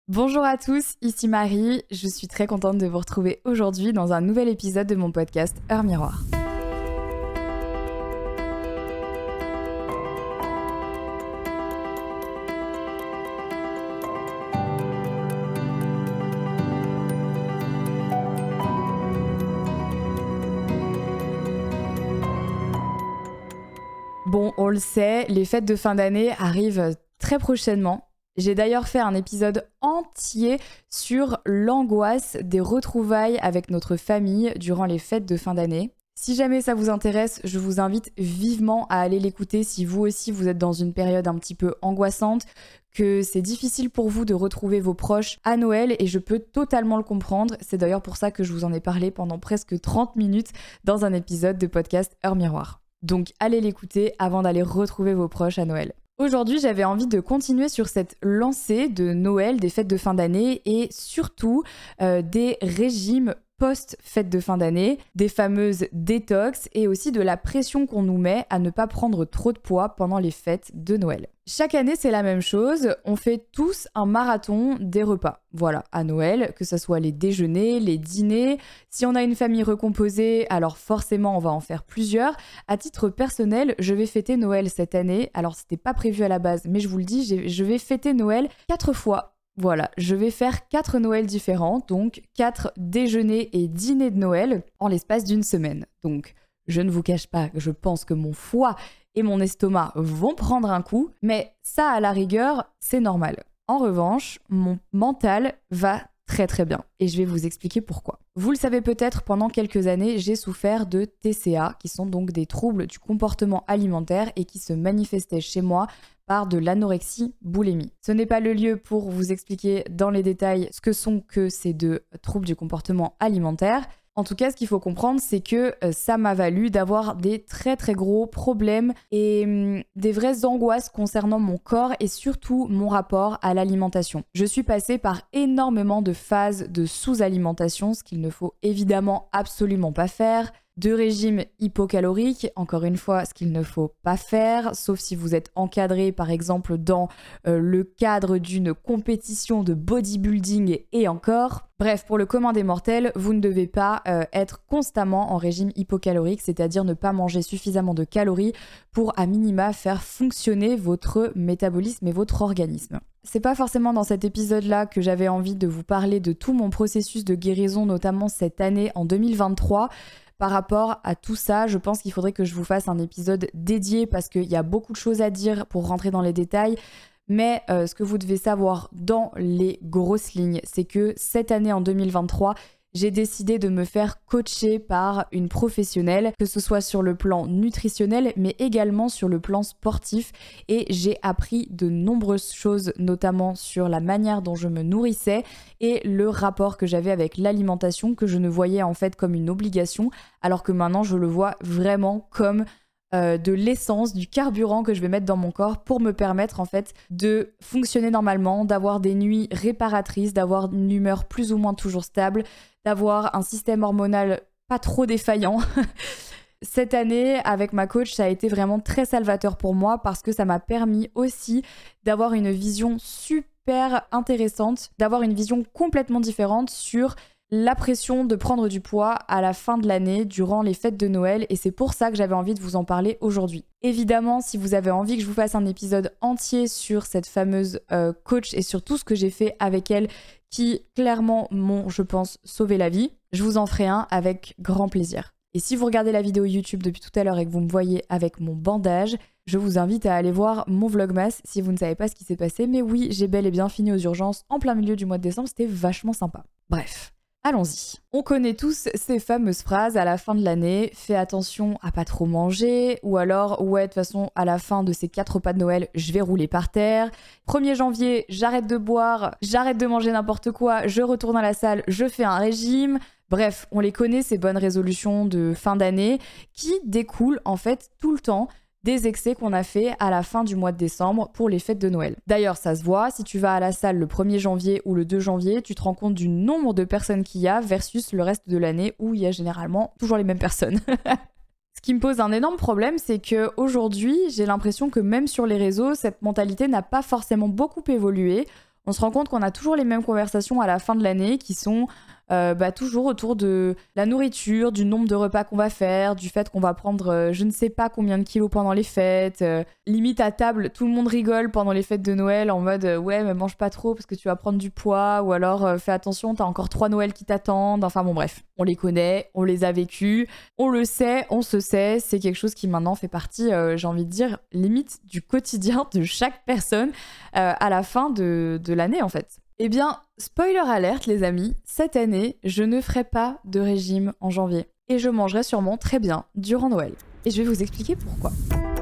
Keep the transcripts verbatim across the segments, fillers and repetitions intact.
Bonjour à tous, ici Marie, je suis très contente de vous retrouver aujourd'hui dans un nouvel épisode de mon podcast Heure Miroir. Bon, on le sait, les fêtes de fin d'année arrivent très prochainement. J'ai d'ailleurs fait un épisode entier sur l'angoisse des retrouvailles avec notre famille durant les fêtes de fin d'année. Si jamais ça vous intéresse, je vous invite vivement à aller l'écouter si vous aussi vous êtes dans une période un petit peu angoissante, que c'est difficile pour vous de retrouver vos proches à Noël et je peux totalement le comprendre. C'est d'ailleurs pour ça que je vous en ai parlé pendant presque trente minutes dans un épisode de podcast Heure Miroir. Donc allez l'écouter avant d'aller retrouver vos proches à Noël. Aujourd'hui, j'avais envie de continuer sur cette lancée de Noël, des fêtes de fin d'année et surtout euh, des régimes post-fêtes de fin d'année, des fameuses détox et aussi de la pression qu'on nous met à ne pas prendre trop de poids pendant les fêtes de Noël. Chaque année, c'est la même chose, on fait tous un marathon des repas. Voilà, à Noël, que ce soit les déjeuners, les dîners. Si on a une famille recomposée, alors forcément, on va en faire plusieurs. À titre personnel, je vais fêter Noël cette année. Alors, c'était pas prévu à la base, mais je vous le dis, je vais fêter Noël quatre fois. Voilà, je vais faire quatre Noëls différents, donc quatre déjeuners et dîners de Noël en l'espace d'une semaine. Donc, je ne vous cache pas que je pense que mon foie et mon estomac vont prendre un coup, mais ça, à la rigueur, c'est normal. En revanche, mon mental va très très bien et je vais vous expliquer pourquoi. Vous le savez peut-être, pendant quelques années, j'ai souffert de T C A, qui sont donc des troubles du comportement alimentaire et qui se manifestaient chez moi par de l'anorexie boulimie. Ce n'est pas le lieu pour vous expliquer dans les détails ce que sont que ces deux troubles du comportement alimentaire. En tout cas, ce qu'il faut comprendre, c'est que euh, ça m'a valu d'avoir des très très gros problèmes et hum, des vraies angoisses concernant mon corps et surtout mon rapport à l'alimentation. Je suis passée par énormément de phases de sous-alimentation, ce qu'il ne faut évidemment absolument pas faire. De régimes hypocaloriques, encore une fois, ce qu'il ne faut pas faire, sauf si vous êtes encadré, par exemple, dans euh, le cadre d'une compétition de bodybuilding et encore. Bref, pour le commun des mortels, vous ne devez pas euh, être constamment en régime hypocalorique, c'est-à-dire ne pas manger suffisamment de calories pour à minima faire fonctionner votre métabolisme et votre organisme. C'est pas forcément dans cet épisode-là que j'avais envie de vous parler de tout mon processus de guérison, notamment cette année en deux mille vingt-trois. Par rapport à tout ça, je pense qu'il faudrait que je vous fasse un épisode dédié parce qu'il y a beaucoup de choses à dire pour rentrer dans les détails. Mais euh, ce que vous devez savoir dans les grosses lignes, c'est que cette année en deux mille vingt-trois, j'ai décidé de me faire coacher par une professionnelle, que ce soit sur le plan nutritionnel, mais également sur le plan sportif. Et j'ai appris de nombreuses choses, notamment sur la manière dont je me nourrissais et le rapport que j'avais avec l'alimentation, que je ne voyais en fait comme une obligation, alors que maintenant je le vois vraiment comme Euh, de l'essence, du carburant que je vais mettre dans mon corps pour me permettre en fait de fonctionner normalement, d'avoir des nuits réparatrices, d'avoir une humeur plus ou moins toujours stable, d'avoir un système hormonal pas trop défaillant. Cette année, avec ma coach, ça a été vraiment très salvateur pour moi parce que ça m'a permis aussi d'avoir une vision super intéressante, d'avoir une vision complètement différente sur la pression de prendre du poids à la fin de l'année, durant les fêtes de Noël, et c'est pour ça que j'avais envie de vous en parler aujourd'hui. Évidemment, si vous avez envie que je vous fasse un épisode entier sur cette fameuse euh, coach et sur tout ce que j'ai fait avec elle, qui clairement m'ont, je pense, sauvé la vie, je vous en ferai un avec grand plaisir. Et si vous regardez la vidéo YouTube depuis tout à l'heure et que vous me voyez avec mon bandage, je vous invite à aller voir mon vlogmas si vous ne savez pas ce qui s'est passé, mais oui, j'ai bel et bien fini aux urgences en plein milieu du mois de décembre, c'était vachement sympa. Bref. Allons-y. On connaît tous ces fameuses phrases à la fin de l'année, fais attention à pas trop manger, ou alors, ouais, de toute façon, à la fin de ces quatre repas de Noël, je vais rouler par terre. premier janvier, j'arrête de boire, j'arrête de manger n'importe quoi, je retourne à la salle, je fais un régime. Bref, on les connaît, ces bonnes résolutions de fin d'année, qui découlent en fait tout le temps des excès qu'on a fait à la fin du mois de décembre pour les fêtes de Noël. D'ailleurs, ça se voit, si tu vas à la salle le premier janvier ou le deux janvier, tu te rends compte du nombre de personnes qu'il y a versus le reste de l'année où il y a généralement toujours les mêmes personnes. Ce qui me pose un énorme problème, c'est qu'aujourd'hui, j'ai l'impression que même sur les réseaux, cette mentalité n'a pas forcément beaucoup évolué. On se rend compte qu'on a toujours les mêmes conversations à la fin de l'année qui sont euh, bah, toujours autour de la nourriture, du nombre de repas qu'on va faire, du fait qu'on va prendre euh, je ne sais pas combien de kilos pendant les fêtes. Euh, limite à table, tout le monde rigole pendant les fêtes de Noël en mode euh, ouais mais mange pas trop parce que tu vas prendre du poids, ou alors euh, fais attention, t'as encore trois Noëls qui t'attendent. Enfin bon bref, on les connaît, on les a vécus, on le sait, on se sait, c'est quelque chose qui maintenant fait partie, euh, j'ai envie de dire, limite du quotidien de chaque personne euh, à la fin de, de l'année en fait. Eh bien, spoiler alerte les amis, cette année, je ne ferai pas de régime en janvier. Et je mangerai sûrement très bien durant Noël. Et je vais vous expliquer pourquoi.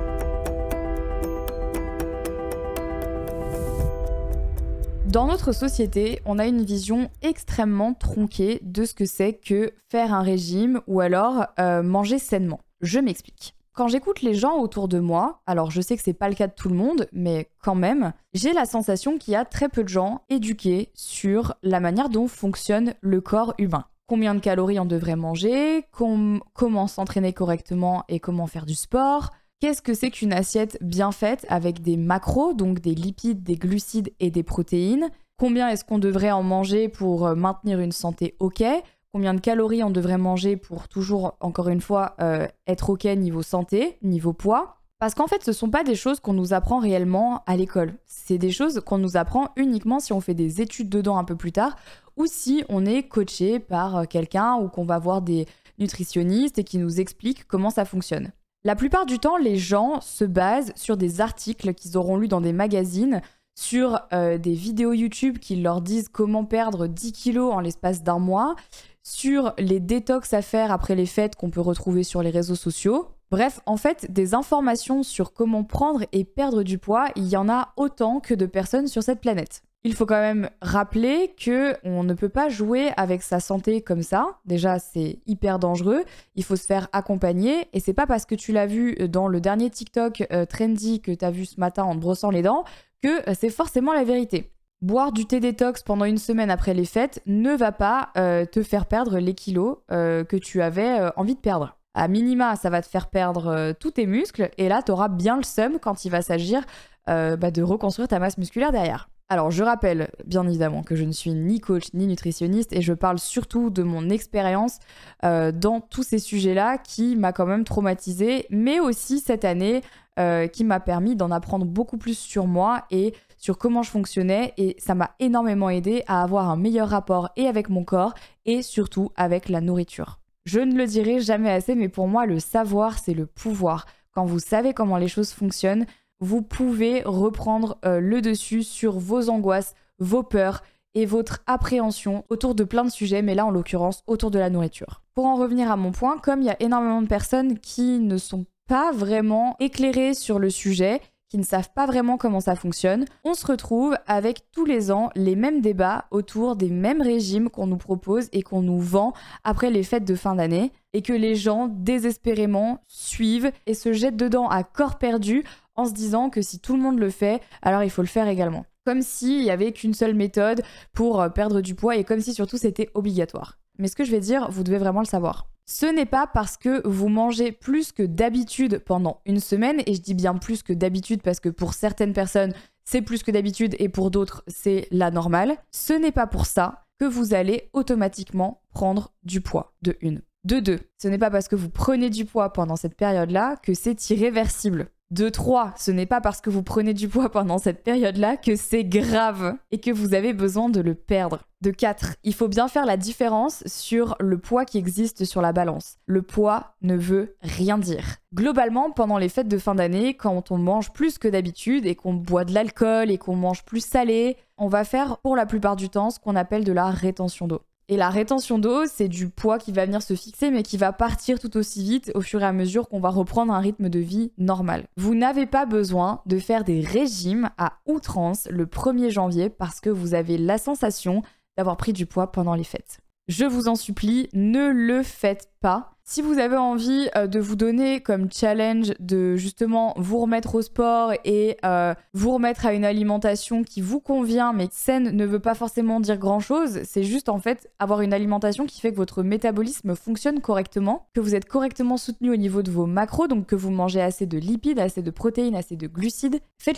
Dans notre société, on a une vision extrêmement tronquée de ce que c'est que faire un régime ou alors euh, manger sainement. Je m'explique. Quand j'écoute les gens autour de moi, alors je sais que c'est pas le cas de tout le monde, mais quand même, j'ai la sensation qu'il y a très peu de gens éduqués sur la manière dont fonctionne le corps humain. Combien de calories on devrait manger, com- comment s'entraîner correctement et comment faire du sport. Qu'est-ce que c'est qu'une assiette bien faite avec des macros, donc des lipides, des glucides et des protéines? Combien est-ce qu'on devrait en manger pour maintenir une santé OK? Combien de calories on devrait manger pour toujours, encore une fois, euh, être OK niveau santé, niveau poids? Parce qu'en fait, ce ne sont pas des choses qu'on nous apprend réellement à l'école. C'est des choses qu'on nous apprend uniquement si on fait des études dedans un peu plus tard ou si on est coaché par quelqu'un ou qu'on va voir des nutritionnistes et qui nous expliquent comment ça fonctionne. La plupart du temps, les gens se basent sur des articles qu'ils auront lus dans des magazines, sur euh, des vidéos YouTube qui leur disent comment perdre dix kilos en l'espace d'un mois, sur les détox à faire après les fêtes qu'on peut retrouver sur les réseaux sociaux. Bref, en fait, des informations sur comment prendre et perdre du poids, il y en a autant que de personnes sur cette planète. Il faut quand même rappeler qu'on ne peut pas jouer avec sa santé comme ça. Déjà, c'est hyper dangereux. Il faut se faire accompagner. Et c'est pas parce que tu l'as vu dans le dernier TikTok euh, trendy que tu as vu ce matin en te brossant les dents que euh, c'est forcément la vérité. Boire du thé détox pendant une semaine après les fêtes ne va pas euh, te faire perdre les kilos euh, que tu avais euh, envie de perdre. À minima, ça va te faire perdre euh, tous tes muscles et là, tu auras bien le seum quand il va s'agir euh, bah, de reconstruire ta masse musculaire derrière. Alors, je rappelle bien évidemment que je ne suis ni coach ni nutritionniste et je parle surtout de mon expérience euh, dans tous ces sujets-là qui m'a quand même traumatisée, mais aussi cette année euh, qui m'a permis d'en apprendre beaucoup plus sur moi et sur comment je fonctionnais, et ça m'a énormément aidé à avoir un meilleur rapport et avec mon corps et surtout avec la nourriture. Je ne le dirai jamais assez, mais pour moi, le savoir, c'est le pouvoir. Quand vous savez comment les choses fonctionnent, vous pouvez reprendre euh, le dessus sur vos angoisses, vos peurs et votre appréhension autour de plein de sujets, mais là, en l'occurrence, autour de la nourriture. Pour en revenir à mon point, comme il y a énormément de personnes qui ne sont pas vraiment éclairées sur le sujet, qui ne savent pas vraiment comment ça fonctionne, on se retrouve avec tous les ans les mêmes débats autour des mêmes régimes qu'on nous propose et qu'on nous vend après les fêtes de fin d'année, et que les gens désespérément suivent et se jettent dedans à corps perdu en se disant que si tout le monde le fait, alors il faut le faire également. Comme s'il n'y avait qu'une seule méthode pour perdre du poids et comme si surtout c'était obligatoire. Mais ce que je vais dire, vous devez vraiment le savoir. Ce n'est pas parce que vous mangez plus que d'habitude pendant une semaine, et je dis bien plus que d'habitude parce que pour certaines personnes, c'est plus que d'habitude et pour d'autres, c'est la normale. Ce n'est pas pour ça que vous allez automatiquement prendre du poids, de une. De deux, ce n'est pas parce que vous prenez du poids pendant cette période-là que c'est irréversible. De trois, ce n'est pas parce que vous prenez du poids pendant cette période-là que c'est grave et que vous avez besoin de le perdre. De quatre, il faut bien faire la différence sur le poids qui existe sur la balance. Le poids ne veut rien dire. Globalement, pendant les fêtes de fin d'année, quand on mange plus que d'habitude et qu'on boit de l'alcool et qu'on mange plus salé, on va faire pour la plupart du temps ce qu'on appelle de la rétention d'eau. Et la rétention d'eau, c'est du poids qui va venir se fixer mais qui va partir tout aussi vite au fur et à mesure qu'on va reprendre un rythme de vie normal. Vous n'avez pas besoin de faire des régimes à outrance le premier janvier parce que vous avez la sensation d'avoir pris du poids pendant les fêtes. Je vous en supplie, ne le faites pas. Si vous avez envie euh, de vous donner comme challenge de justement vous remettre au sport et euh, vous remettre à une alimentation qui vous convient, mais saine ne veut pas forcément dire grand-chose, c'est juste en fait avoir une alimentation qui fait que votre métabolisme fonctionne correctement, que vous êtes correctement soutenu au niveau de vos macros, donc que vous mangez assez de lipides, assez de protéines, assez de glucides, faites-le.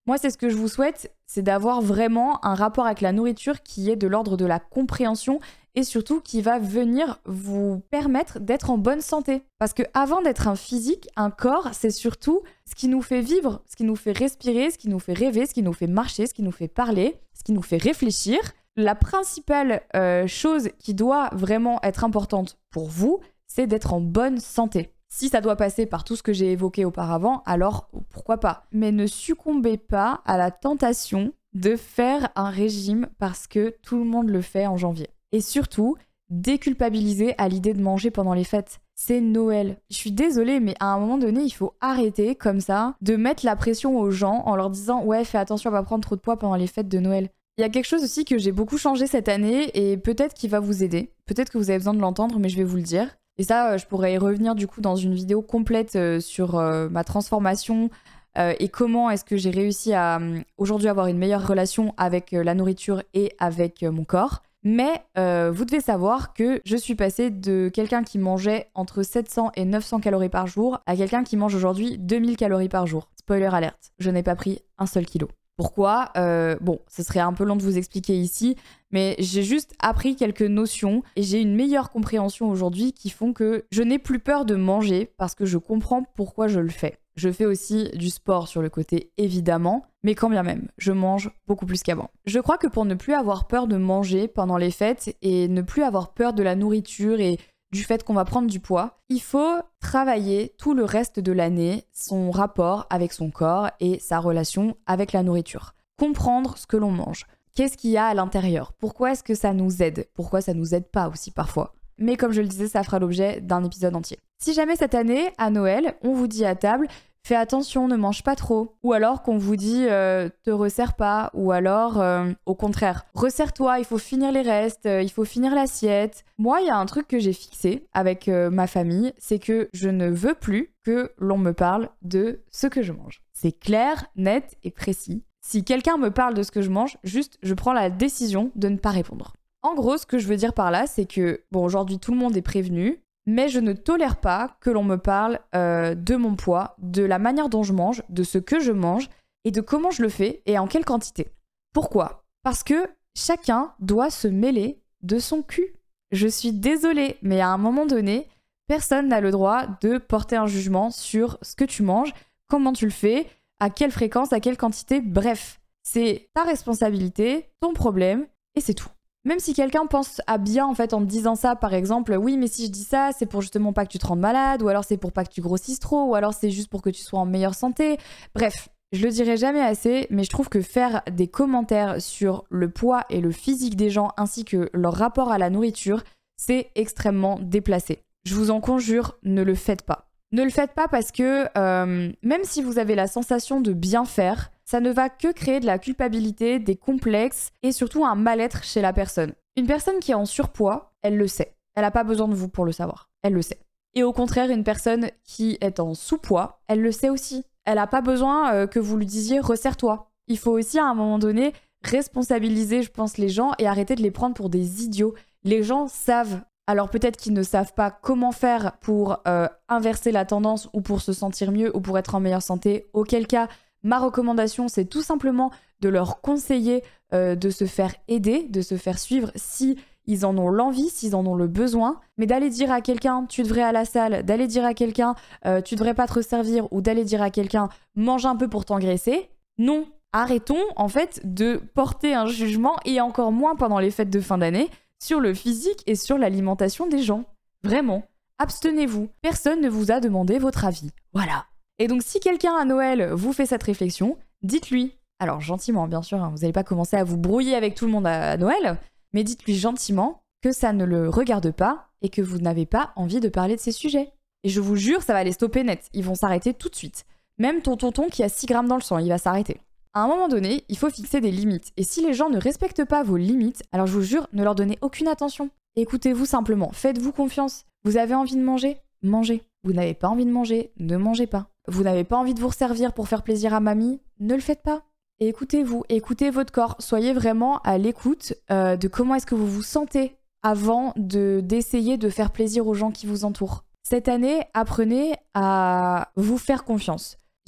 Moi, c'est ce que je vous souhaite, c'est d'avoir vraiment un rapport avec la nourriture qui est de l'ordre de la compréhension et surtout qui va venir vous permettre d'être en bonne santé. Parce que avant d'être un physique, un corps, c'est surtout ce qui nous fait vivre, ce qui nous fait respirer, ce qui nous fait rêver, ce qui nous fait marcher, ce qui nous fait parler, ce qui nous fait réfléchir. La principale euh, chose qui doit vraiment être importante pour vous, c'est d'être en bonne santé. Si ça doit passer par tout ce que j'ai évoqué auparavant, alors pourquoi pas. Mais ne succombez pas à la tentation de faire un régime parce que tout le monde le fait en janvier. Et surtout, déculpabilisez à l'idée de manger pendant les fêtes. C'est Noël. Je suis désolée, mais à un moment donné, il faut arrêter comme ça de mettre la pression aux gens en leur disant « Ouais, fais attention à pas prendre trop de poids pendant les fêtes de Noël ». Il y a quelque chose aussi que j'ai beaucoup changé cette année et peut-être qu'il va vous aider. Peut-être que vous avez besoin de l'entendre, mais je vais vous le dire. Et ça, je pourrais y revenir du coup dans une vidéo complète euh, sur euh, ma transformation euh, et comment est-ce que j'ai réussi à euh, aujourd'hui avoir une meilleure relation avec euh, la nourriture et avec euh, mon corps. Mais euh, vous devez savoir que je suis passée de quelqu'un qui mangeait entre sept cents et neuf cents calories par jour à quelqu'un qui mange aujourd'hui deux mille calories par jour. Spoiler alerte, je n'ai pas pris un seul kilo. Pourquoi euh, Bon, ce serait un peu long de vous expliquer ici, mais j'ai juste appris quelques notions et j'ai une meilleure compréhension aujourd'hui qui font que je n'ai plus peur de manger parce que je comprends pourquoi je le fais. Je fais aussi du sport sur le côté, évidemment, mais quand bien même, je mange beaucoup plus qu'avant. Je crois que pour ne plus avoir peur de manger pendant les fêtes et ne plus avoir peur de la nourriture et du fait qu'on va prendre du poids, il faut travailler tout le reste de l'année son rapport avec son corps et sa relation avec la nourriture. Comprendre ce que l'on mange. Qu'est-ce qu'il y a à l'intérieur? Pourquoi est-ce que ça nous aide? Pourquoi ça nous aide pas aussi parfois? Mais comme je le disais, ça fera l'objet d'un épisode entier. Si jamais cette année, à Noël, on vous dit à table « Fais attention, ne mange pas trop », ou alors qu'on vous dit euh, « Te resserre pas », ou alors euh, au contraire « Resserre-toi, il faut finir les restes, euh, il faut finir l'assiette ». Moi, il y a un truc que j'ai fixé avec euh, ma famille, c'est que je ne veux plus que l'on me parle de ce que je mange. C'est clair, net et précis. Si quelqu'un me parle de ce que je mange, juste, je prends la décision de ne pas répondre. En gros, ce que je veux dire par là, c'est que, bon, aujourd'hui, tout le monde est prévenu, mais je ne tolère pas que l'on me parle euh, de mon poids, de la manière dont je mange, de ce que je mange et de comment je le fais et en quelle quantité. Pourquoi? Parce que chacun doit se mêler de son cul. Je suis désolée, mais à un moment donné, personne n'a le droit de porter un jugement sur ce que tu manges, comment tu le fais, à quelle fréquence, à quelle quantité, bref. C'est ta responsabilité, ton problème, et c'est tout. Même si quelqu'un pense à bien en fait en te disant ça, par exemple, oui mais si je dis ça, c'est pour justement pas que tu te rendes malade, ou alors c'est pour pas que tu grossisses trop, ou alors c'est juste pour que tu sois en meilleure santé. Bref, je le dirai jamais assez, mais je trouve que faire des commentaires sur le poids et le physique des gens ainsi que leur rapport à la nourriture, c'est extrêmement déplacé. Je vous en conjure, ne le faites pas. Ne le faites pas parce que euh, même si vous avez la sensation de bien faire, ça ne va que créer de la culpabilité, des complexes et surtout un mal-être chez la personne. Une personne qui est en surpoids, elle le sait. Elle n'a pas besoin de vous pour le savoir. Elle le sait. Et au contraire, une personne qui est en sous-poids, elle le sait aussi. Elle n'a pas besoin euh, que vous lui disiez « resserre-toi ». Il faut aussi à un moment donné responsabiliser, je pense, les gens et arrêter de les prendre pour des idiots. Les gens savent. Alors peut-être qu'ils ne savent pas comment faire pour euh, inverser la tendance ou pour se sentir mieux ou pour être en meilleure santé. Auquel cas, ma recommandation, c'est tout simplement de leur conseiller euh, de se faire aider, de se faire suivre si ils en ont l'envie, s'ils en ont le besoin. Mais d'aller dire à quelqu'un « tu devrais aller à la salle », d'aller dire à quelqu'un euh, « tu devrais pas te resservir » ou d'aller dire à quelqu'un « mange un peu pour t'engraisser », non. Arrêtons en fait de porter un jugement et encore moins pendant les fêtes de fin d'année sur le physique et sur l'alimentation des gens. Vraiment, abstenez-vous. Personne ne vous a demandé votre avis. Voilà. Et donc si quelqu'un à Noël vous fait cette réflexion, dites-lui. Alors gentiment, bien sûr, hein, vous n'allez pas commencer à vous brouiller avec tout le monde à, à Noël, mais dites-lui gentiment que ça ne le regarde pas et que vous n'avez pas envie de parler de ces sujets. Et je vous jure, ça va les stopper net. Ils vont s'arrêter tout de suite. Même ton tonton qui a six grammes dans le sang, il va s'arrêter. À un moment donné, il faut fixer des limites. Et si les gens ne respectent pas vos limites, alors je vous jure, ne leur donnez aucune attention. Écoutez-vous simplement, faites-vous confiance. Vous avez envie de manger? Mangez. Vous n'avez pas envie de manger? Ne mangez pas. Vous n'avez pas envie de vous resservir pour faire plaisir à mamie? Ne le faites pas. Et écoutez-vous, écoutez votre corps. Soyez vraiment à l'écoute euh, de comment est-ce que vous vous sentez avant de, d'essayer de faire plaisir aux gens qui vous entourent. Cette année, apprenez à vous faire confiance.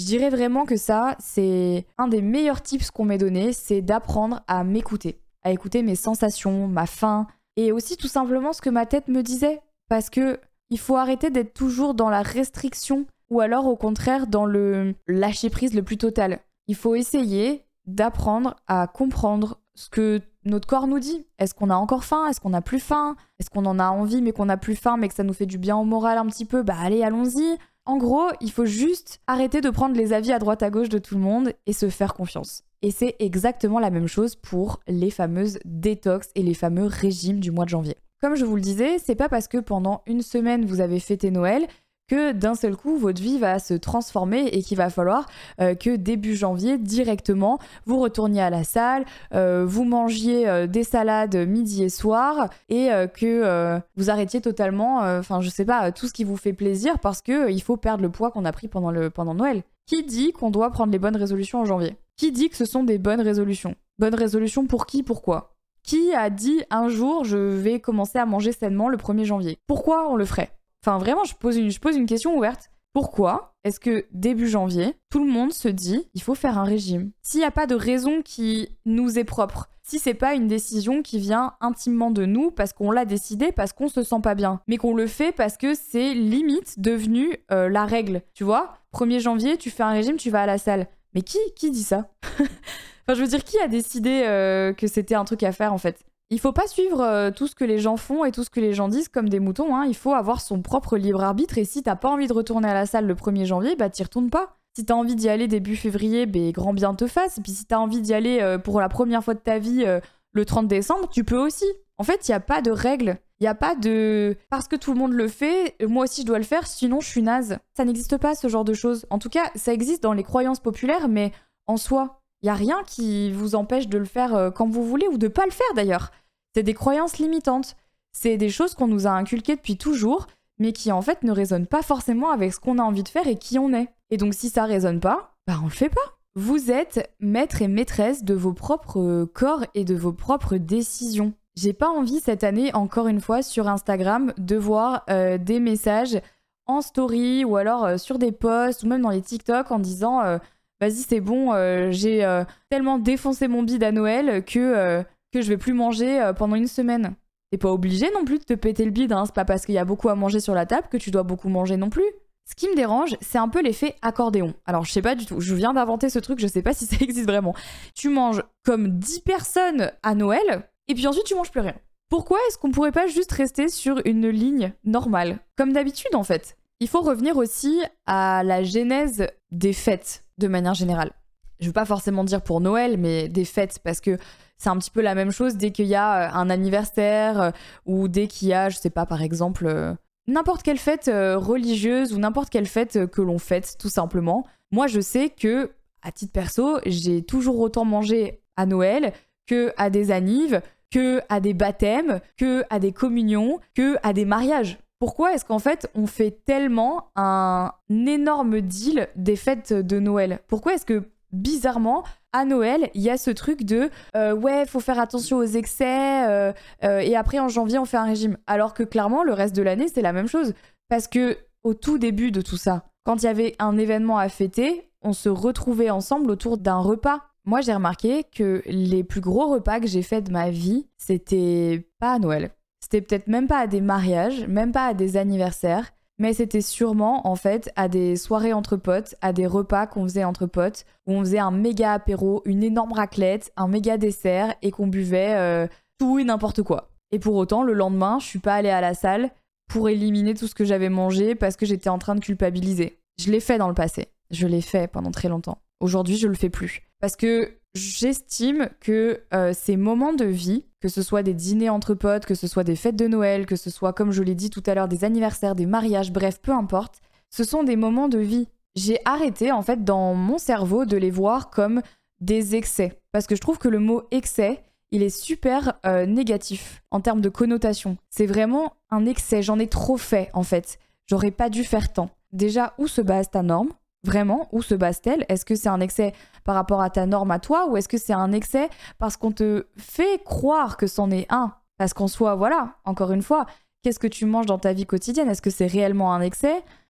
Je dirais vraiment que ça, c'est un des meilleurs tips qu'on m'ait donné, c'est d'apprendre à m'écouter, à écouter mes sensations, ma faim, et aussi tout simplement ce que ma tête me disait. Parce que il faut arrêter d'être toujours dans la restriction, ou alors au contraire dans le lâcher-prise le plus total. Il faut essayer d'apprendre à comprendre ce que notre corps nous dit. Est-ce qu'on a encore faim? Est-ce qu'on a plus faim? Est-ce qu'on en a envie mais qu'on a plus faim mais que ça nous fait du bien au moral un petit peu? Bah allez, allons-y. En gros, il faut juste arrêter de prendre les avis à droite à gauche de tout le monde et se faire confiance. Et c'est exactement la même chose pour les fameuses détox et les fameux régimes du mois de janvier. Comme je vous le disais, c'est pas parce que pendant une semaine vous avez fêté Noël que d'un seul coup votre vie va se transformer et qu'il va falloir euh, que début janvier directement vous retourniez à la salle, euh, vous mangiez euh, des salades midi et soir et euh, que euh, vous arrêtiez totalement, enfin euh, je sais pas, tout ce qui vous fait plaisir parce que euh, il faut perdre le poids qu'on a pris pendant, le, pendant Noël. Qui dit qu'on doit prendre les bonnes résolutions en janvier? Qui dit que ce sont des bonnes résolutions? Bonnes résolutions pour qui? Pourquoi? Qui a dit un jour je vais commencer à manger sainement le premier janvier? Pourquoi on le ferait? Enfin, vraiment, je pose une, je pose une question ouverte. Pourquoi est-ce que début janvier, tout le monde se dit il faut faire un régime? S'il n'y a pas de raison qui nous est propre, si c'est pas une décision qui vient intimement de nous parce qu'on l'a décidé, parce qu'on se sent pas bien, mais qu'on le fait parce que c'est limite devenu euh, la règle, tu vois? premier janvier, tu fais un régime, tu vas à la salle. Mais qui, qui dit ça? Enfin, je veux dire, qui a décidé euh, que c'était un truc à faire en fait? Il faut pas suivre euh, tout ce que les gens font et tout ce que les gens disent comme des moutons, hein. Il faut avoir son propre libre arbitre et si t'as pas envie de retourner à la salle le premier janvier, bah t'y retournes pas. Si t'as envie d'y aller début février, bah grand bien te fasse. Et puis si t'as envie d'y aller euh, pour la première fois de ta vie euh, le trente décembre, tu peux aussi. En fait, il y a pas de règle. Il y a pas de... Parce que tout le monde le fait, moi aussi je dois le faire, sinon je suis naze. Ça n'existe pas ce genre de choses. En tout cas, ça existe dans les croyances populaires, mais en soi, il y a rien qui vous empêche de le faire euh, quand vous voulez ou de pas le faire d'ailleurs. C'est des croyances limitantes. C'est des choses qu'on nous a inculquées depuis toujours, mais qui en fait ne résonnent pas forcément avec ce qu'on a envie de faire et qui on est. Et donc si ça résonne pas, bah on le fait pas. Vous êtes maître et maîtresse de vos propres corps et de vos propres décisions. J'ai pas envie cette année, encore une fois, sur Instagram, de voir euh, des messages en story ou alors euh, sur des posts ou même dans les TikTok en disant euh, vas-y c'est bon, euh, j'ai euh, tellement défoncé mon bide à Noël que... Euh, que je vais plus manger euh, pendant une semaine. T'es pas obligé non plus de te péter le bide, hein. C'est pas parce qu'il y a beaucoup à manger sur la table que tu dois beaucoup manger non plus. Ce qui me dérange, c'est un peu l'effet accordéon. Alors je sais pas du tout, je viens d'inventer ce truc, je sais pas si ça existe vraiment. Tu manges comme dix personnes à Noël, et puis ensuite tu manges plus rien. Pourquoi est-ce qu'on pourrait pas juste rester sur une ligne normale? Comme d'habitude en fait. Il faut revenir aussi à la genèse des fêtes, de manière générale. Je veux pas forcément dire pour Noël, mais des fêtes, parce que c'est un petit peu la même chose dès qu'il y a un anniversaire euh, ou dès qu'il y a, je sais pas, par exemple, euh, n'importe quelle fête euh, religieuse ou n'importe quelle fête euh, que l'on fête, tout simplement. Moi, je sais que, à titre perso, j'ai toujours autant mangé à Noël que à des annives, que à des baptêmes, que à des communions, que à des mariages. Pourquoi est-ce qu'en fait, on fait tellement un énorme deal des fêtes de Noël? Pourquoi est-ce que, bizarrement, à Noël, il y a ce truc de euh, ouais, faut faire attention aux excès euh, euh, et après en janvier on fait un régime. Alors que clairement le reste de l'année c'est la même chose parce que au tout début de tout ça, quand il y avait un événement à fêter, on se retrouvait ensemble autour d'un repas. Moi j'ai remarqué que les plus gros repas que j'ai faits de ma vie, c'était pas à Noël. C'était peut-être même pas à des mariages, même pas à des anniversaires. Mais c'était sûrement, en fait, à des soirées entre potes, à des repas qu'on faisait entre potes, où on faisait un méga apéro, une énorme raclette, un méga dessert, et qu'on buvait euh, tout et n'importe quoi. Et pour autant, le lendemain, je suis pas allée à la salle pour éliminer tout ce que j'avais mangé parce que j'étais en train de culpabiliser. Je l'ai fait dans le passé. Je l'ai fait pendant très longtemps. Aujourd'hui, je le fais plus. Parce que j'estime que euh, ces moments de vie, que ce soit des dîners entre potes, que ce soit des fêtes de Noël, que ce soit, comme je l'ai dit tout à l'heure, des anniversaires, des mariages, bref, peu importe, ce sont des moments de vie. J'ai arrêté, en fait, dans mon cerveau, de les voir comme des excès. Parce que je trouve que le mot excès, il est super euh, négatif en termes de connotation. C'est vraiment un excès, j'en ai trop fait, en fait. J'aurais pas dû faire tant. Déjà, où se base ta norme ? Vraiment, où se base-t-elle? Est-ce que c'est un excès par rapport à ta norme à toi ou est-ce que c'est un excès parce qu'on te fait croire que c'en est un? Parce qu'en soi, voilà, encore une fois, qu'est-ce que tu manges dans ta vie quotidienne? Est-ce que c'est réellement un excès?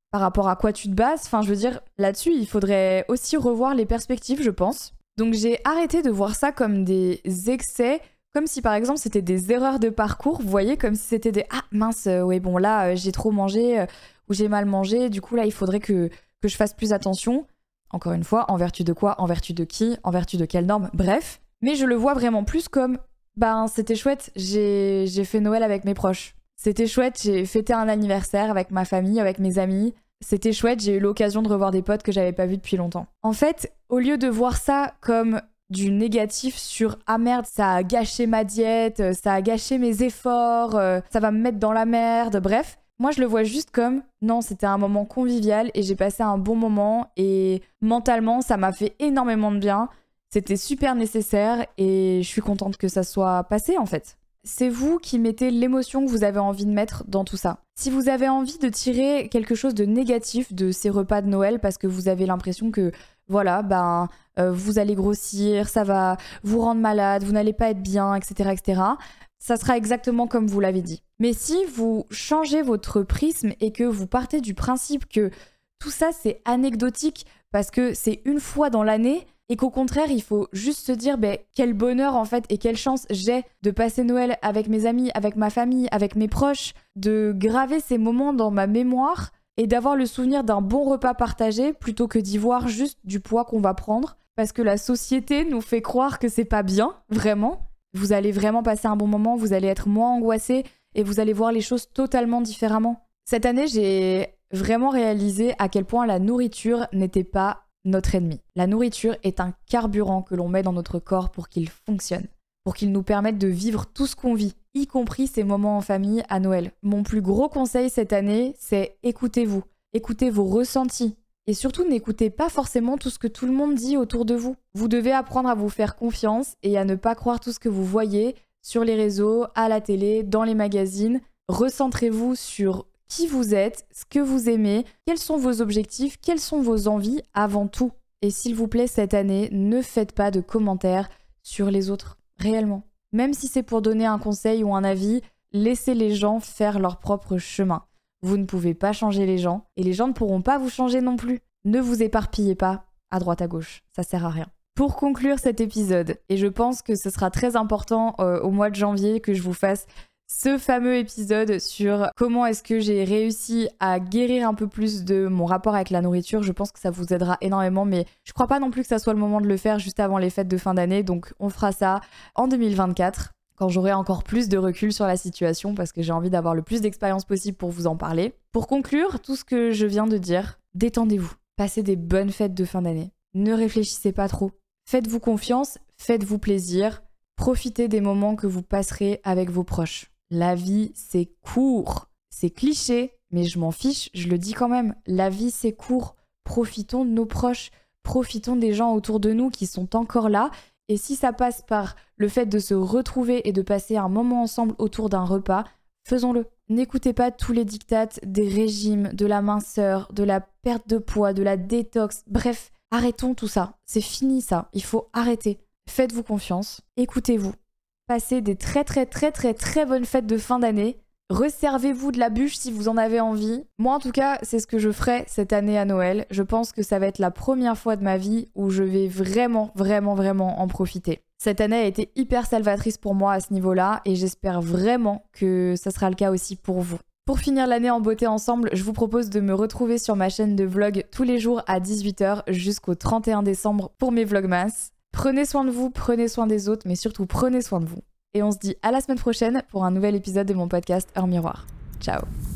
par rapport à quoi tu te bases. Enfin, je veux dire, là-dessus, il faudrait aussi revoir les perspectives, je pense. Donc j'ai arrêté de voir ça comme des excès, comme si par exemple c'était des erreurs de parcours, vous voyez, comme si c'était des « Ah mince, euh, ouais bon là euh, j'ai trop mangé euh, ou j'ai mal mangé, du coup là il faudrait que, que je fasse plus attention. » Encore une fois, en vertu de quoi, en vertu de qui, en vertu de quelles normes, bref. Mais je le vois vraiment plus comme « Ben c'était chouette, j'ai, j'ai fait Noël avec mes proches. C'était chouette, j'ai fêté un anniversaire avec ma famille, avec mes amis. » C'était chouette, j'ai eu l'occasion de revoir des potes que j'avais pas vus depuis longtemps. En fait, au lieu de voir ça comme du négatif sur « Ah merde, ça a gâché ma diète, ça a gâché mes efforts, euh, ça va me mettre dans la merde », bref. Moi, je le vois juste comme « Non, c'était un moment convivial et j'ai passé un bon moment et mentalement, ça m'a fait énormément de bien. C'était super nécessaire et je suis contente que ça soit passé en fait. » C'est vous qui mettez l'émotion que vous avez envie de mettre dans tout ça. Si vous avez envie de tirer quelque chose de négatif de ces repas de Noël parce que vous avez l'impression que, voilà, ben, euh, vous allez grossir, ça va vous rendre malade, vous n'allez pas être bien, et cetera, et cetera, ça sera exactement comme vous l'avez dit. Mais si vous changez votre prisme et que vous partez du principe que tout ça c'est anecdotique parce que c'est une fois dans l'année, et qu'au contraire, il faut juste se dire ben, quel bonheur en fait et quelle chance j'ai de passer Noël avec mes amis, avec ma famille, avec mes proches, de graver ces moments dans ma mémoire et d'avoir le souvenir d'un bon repas partagé plutôt que d'y voir juste du poids qu'on va prendre parce que la société nous fait croire que c'est pas bien, vraiment. Vous allez vraiment passer un bon moment, vous allez être moins angoissé et vous allez voir les choses totalement différemment. Cette année, j'ai vraiment réalisé à quel point la nourriture n'était pas notre ennemi. La nourriture est un carburant que l'on met dans notre corps pour qu'il fonctionne, pour qu'il nous permette de vivre tout ce qu'on vit, y compris ces moments en famille à Noël. Mon plus gros conseil cette année, c'est écoutez-vous, écoutez vos ressentis et surtout n'écoutez pas forcément tout ce que tout le monde dit autour de vous. Vous devez apprendre à vous faire confiance et à ne pas croire tout ce que vous voyez sur les réseaux, à la télé, dans les magazines. Recentrez-vous sur qui vous êtes, ce que vous aimez, quels sont vos objectifs, quelles sont vos envies avant tout. Et s'il vous plaît, cette année, ne faites pas de commentaires sur les autres, réellement. Même si c'est pour donner un conseil ou un avis, laissez les gens faire leur propre chemin. Vous ne pouvez pas changer les gens, et les gens ne pourront pas vous changer non plus. Ne vous éparpillez pas à droite à gauche, ça sert à rien. Pour conclure cet épisode, et je pense que ce sera très important euh, au mois de janvier que je vous fasse ce fameux épisode sur comment est-ce que j'ai réussi à guérir un peu plus de mon rapport avec la nourriture. Je pense que ça vous aidera énormément, mais je crois pas non plus que ça soit le moment de le faire juste avant les fêtes de fin d'année, donc on fera ça en deux mille vingt-quatre, quand j'aurai encore plus de recul sur la situation, parce que j'ai envie d'avoir le plus d'expérience possible pour vous en parler. Pour conclure tout ce que je viens de dire, détendez-vous, passez des bonnes fêtes de fin d'année, ne réfléchissez pas trop, faites-vous confiance, faites-vous plaisir, profitez des moments que vous passerez avec vos proches. La vie, c'est court. C'est cliché, mais je m'en fiche, je le dis quand même. La vie, c'est court. Profitons de nos proches. Profitons des gens autour de nous qui sont encore là. Et si ça passe par le fait de se retrouver et de passer un moment ensemble autour d'un repas, faisons-le. N'écoutez pas tous les dictats des régimes, de la minceur, de la perte de poids, de la détox. Bref, arrêtons tout ça. C'est fini ça. Il faut arrêter. Faites-vous confiance. Écoutez-vous. Passez des très très très très très bonnes fêtes de fin d'année. Resservez-vous de la bûche si vous en avez envie. Moi en tout cas, c'est ce que je ferai cette année à Noël. Je pense que ça va être la première fois de ma vie où je vais vraiment vraiment vraiment en profiter. Cette année a été hyper salvatrice pour moi à ce niveau-là et j'espère vraiment que ça sera le cas aussi pour vous. Pour finir l'année en beauté ensemble, je vous propose de me retrouver sur ma chaîne de vlog tous les jours à dix-huit heures jusqu'au trente et un décembre pour mes vlogmas. Prenez soin de vous, prenez soin des autres, mais surtout prenez soin de vous. Et on se dit à la semaine prochaine pour un nouvel épisode de mon podcast Heure Miroir. Ciao!